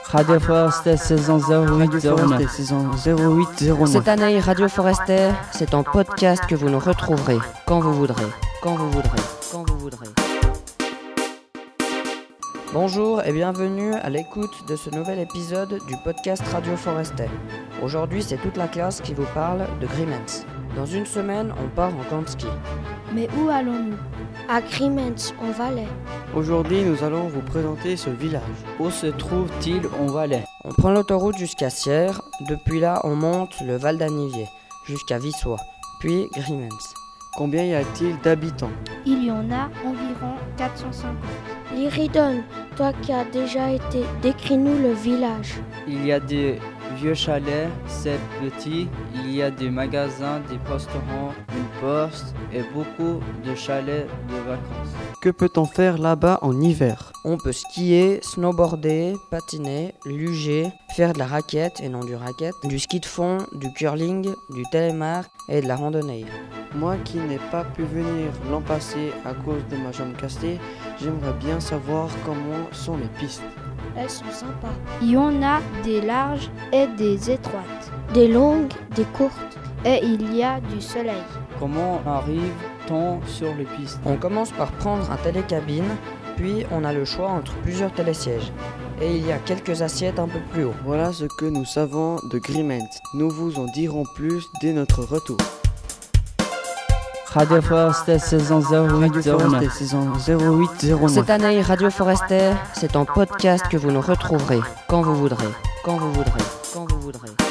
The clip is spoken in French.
Radio Forester saison 0809. Saison 0809. Cette année, Radio Forester, c'est en podcast que vous nous retrouverez quand vous voudrez, quand vous voudrez, quand vous voudrez. Bonjour et bienvenue à l'écoute de ce nouvel épisode du podcast Radio Forester. Aujourd'hui, c'est toute la classe qui vous parle de Grimentz. Dans une semaine, on part en camp de ski. Mais où allons-nous ? À Grimentz, en Valais. Aujourd'hui, nous allons vous présenter ce village. Où se trouve-t-il en Valais? On prend l'autoroute jusqu'à Sierre, depuis là on monte le Val d'Anivier jusqu'à Vissois, puis Grimentz. Combien y a-t-il d'habitants? Il y en a environ 450. Lyridon, toi qui as déjà été, décris-nous le village. Il y a des vieux chalets, c'est petit. Il y a des magasins, des restaurants, une poste et beaucoup de chalets de vacances. Que peut-on faire là-bas en hiver? On peut skier, snowboarder, patiner, luger, faire de la raquette et non du racket, du ski de fond, du curling, du télémark et de la randonnée. Moi qui n'ai pas pu venir l'an passé à cause de ma jambe cassée, j'aimerais bien savoir comment sont les pistes. Elles sont sympas. Il y en a des larges et des étroites. Des longues, des courtes. Et il y a du soleil. Comment arrive-t-on sur les pistes? On commence par prendre un télécabine, puis on a le choix entre plusieurs télésièges. Et il y a quelques assiettes un peu plus haut. Voilà ce que nous savons de Grimentz. Nous vous en dirons plus dès notre retour. Radio Forester saison 0809. Saison 0809. Cette année, Radio Forester, c'est en podcast que vous nous retrouverez quand vous voudrez, quand vous voudrez, quand vous voudrez.